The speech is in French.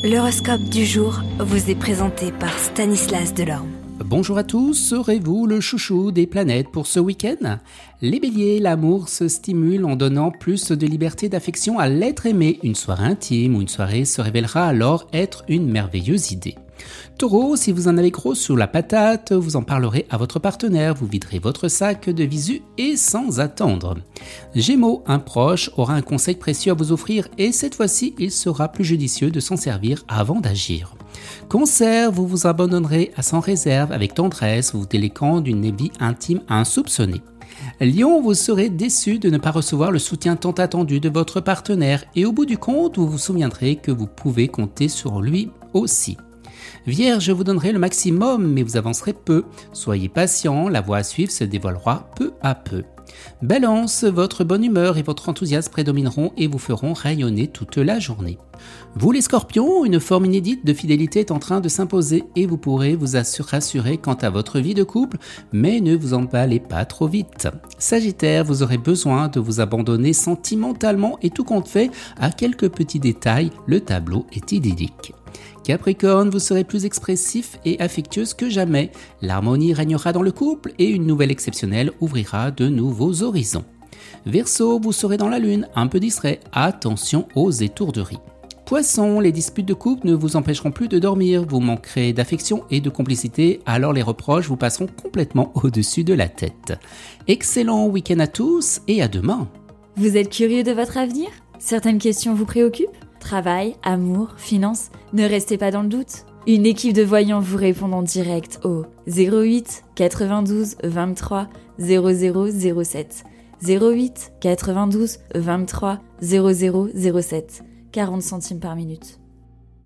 L'horoscope du jour vous est présenté par Stanislas Delorme. Bonjour à tous, serez-vous le chouchou des planètes pour ce week-end ? Les béliers, l'amour se stimule en donnant plus de liberté d'affection à l'être aimé. Une soirée intime ou une soirée se révélera alors être une merveilleuse idée. Taureau, si vous en avez gros sur la patate, vous en parlerez à votre partenaire, vous viderez votre sac de visu et sans attendre. Gémeaux, un proche aura un conseil précieux à vous offrir et cette fois-ci, il sera plus judicieux de s'en servir avant d'agir. Cancer, vous vous abandonnerez à sans réserve avec tendresse, vous déléguant d'une vie intime insoupçonnée. Lion, vous serez déçu de ne pas recevoir le soutien tant attendu de votre partenaire et au bout du compte, vous vous souviendrez que vous pouvez compter sur lui aussi. Vierge, vous donnerez le maximum, mais vous avancerez peu. Soyez patient, la voie à suivre se dévoilera peu à peu. Balance, votre bonne humeur et votre enthousiasme prédomineront et vous feront rayonner toute la journée. Vous les scorpions, une forme inédite de fidélité est en train de s'imposer et vous pourrez vous rassurer quant à votre vie de couple, mais ne vous emballez pas trop vite. Sagittaire, vous aurez besoin de vous abandonner sentimentalement et tout compte fait, à quelques petits détails, le tableau est idyllique. Capricorne, vous serez plus expressif et affectueuse que jamais. L'harmonie régnera dans le couple et une nouvelle exceptionnelle ouvrira de nouveaux horizons. Verseau, vous serez dans la lune, un peu distrait. Attention aux étourderies. Poisson, les disputes de couple ne vous empêcheront plus de dormir. Vous manquerez d'affection et de complicité, alors les reproches vous passeront complètement au-dessus de la tête. Excellent week-end à tous et à demain. Vous êtes curieux de votre avenir ? Certaines questions vous préoccupent ? Travail, amour, finances, ne restez pas dans le doute. Une équipe de voyants vous répond en direct au 08 92 23 0007. 08 92 23 0007. 40 centimes par minute.